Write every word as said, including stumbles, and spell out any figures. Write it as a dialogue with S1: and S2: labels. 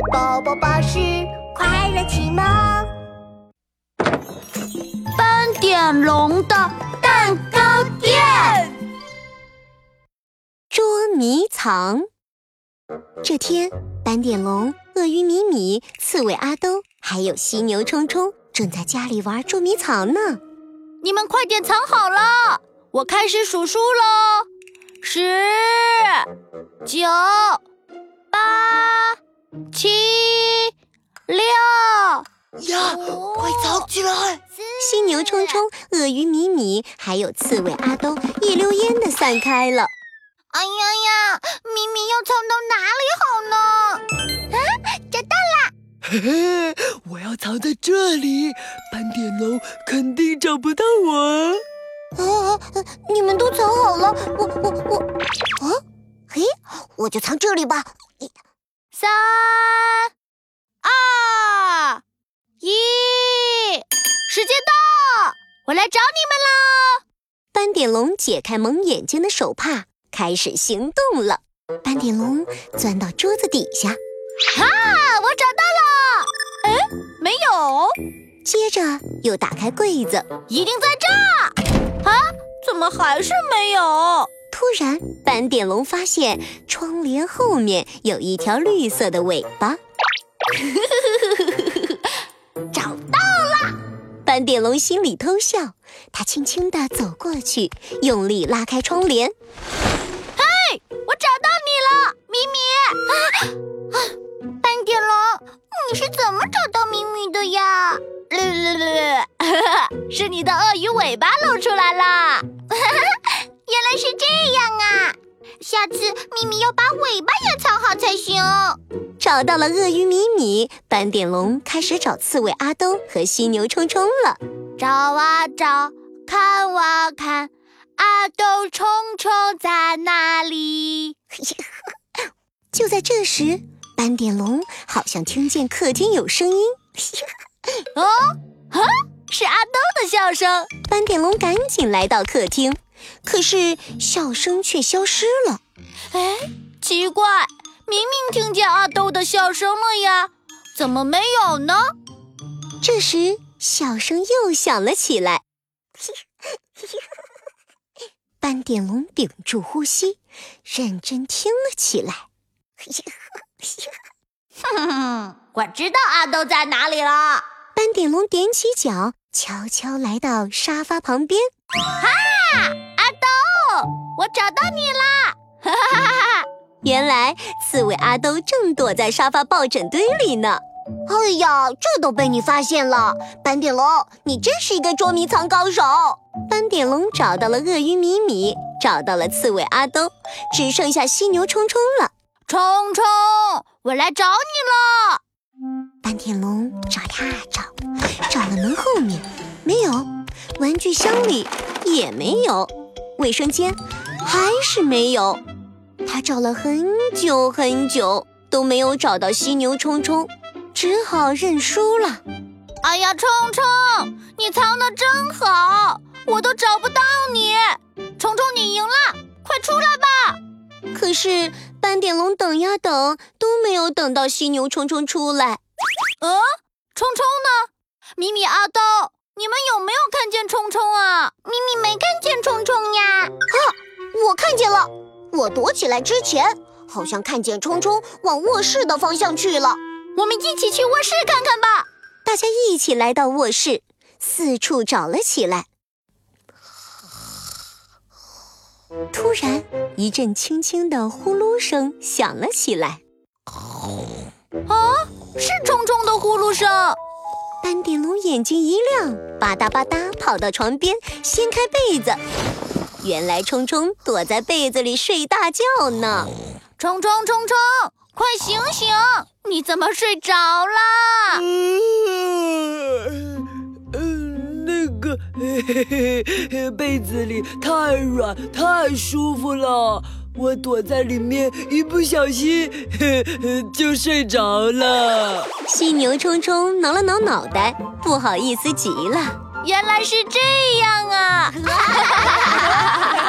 S1: 宝宝巴士快乐启蒙。
S2: 斑点龙的蛋糕店，
S3: 捉迷藏。这天，斑点龙、鳄鱼米米、刺猬阿兜还有犀牛冲冲正在家里玩捉迷藏呢。
S2: 你们快点藏好了，我开始数数喽！十、九、八、七、六。
S1: 呀，快藏起来！
S3: 犀牛冲冲、鳄鱼米米还有刺猬阿兜一溜烟地散开了。
S2: 哎呀呀，米米要藏到哪里好呢？
S1: 啊，找到了！
S4: 嘿嘿，我要藏在这里，斑点龙肯定找不到我。
S1: 啊，你们都藏好了，我我我，啊，嘿，我就藏这里吧。
S2: 三、二、一，时间到，我来找你们啦！
S3: 斑点龙解开蒙眼睛的手帕，开始行动了。斑点龙钻到桌子底下，
S2: 啊，我找到了！哎，没有。
S3: 接着又打开柜子，
S2: 一定在这儿！啊，怎么还是没有？
S3: 突然，斑点龙发现窗帘后面有一条绿色的尾巴。
S2: 找到了！
S3: 斑点龙心里偷笑，他轻轻地走过去，用力拉开窗帘。
S2: 嘿，我找到你了，米米！啊啊，斑点龙，你是怎么找到米米的呀？是你的鳄鱼尾巴露出来了。
S1: 原来是这样啊！下次咪咪要把尾巴也藏好才行。
S3: 找到了鳄鱼米米，斑点龙开始找刺猬阿兜和犀牛冲冲了。
S2: 找啊找，看啊看，阿兜冲冲在哪里？
S3: 就在这时，斑点龙好像听见客厅有声音。
S2: 哦，啊，是阿兜的笑声。
S3: 斑点龙赶紧来到客厅，可是笑声却消失了。
S2: 哎，奇怪，明明听见阿兜的笑声了呀，怎么没有呢？
S3: 这时笑声又响了起来。斑点龙屏住呼吸，认真听了起来。
S2: 哼哼，我知道阿兜在哪里了。
S3: 斑点龙踮起脚，悄悄来到沙发旁边。
S2: 哈，阿兜，我找到你啦！哈哈哈哈！
S3: 原来刺猬阿兜正躲在沙发抱枕堆里呢。
S1: 哎呀，这都被你发现了！斑点龙，你真是一个捉迷藏高手。
S3: 斑点龙找到了鳄鱼米米，找到了刺猬阿兜，只剩下犀牛冲冲了。
S2: 冲冲，我来找你了！
S3: 斑点龙找呀找，找了门后面没有，玩具箱里也没有，卫生间还是没有。他找了很久很久，都没有找到犀牛冲冲，只好认输了。
S2: 哎呀，冲冲，你藏得真好，我都找不到你。冲冲，你赢了，快出来吧！
S3: 可是斑点龙等呀等，都没有等到犀牛冲冲出来。
S2: 嗯，冲冲呢？米米、阿兜，你们有没有看见冲冲啊？
S1: 咪咪没看见冲冲呀。啊，我看见了！我躲起来之前，好像看见冲冲往卧室的方向去了。
S2: 我们一起去卧室看看吧。
S3: 大家一起来到卧室，四处找了起来。突然，一阵轻轻的呼噜声响了起来。
S2: 啊，是冲冲的呼噜声！
S3: 斑点龙眼睛一亮，吧嗒吧嗒跑到床边，掀开被子。原来冲冲躲在被子里睡大觉呢。
S2: 冲冲冲冲，快醒醒！你怎么睡着啦？
S4: 嗯嗯，那个嘿嘿嘿，被子里太软太舒服了，我躲在里面一不小心嘿嘿就睡着了。
S3: 犀牛冲冲挠了挠脑袋，不好意思极了。
S2: 原来是这样啊！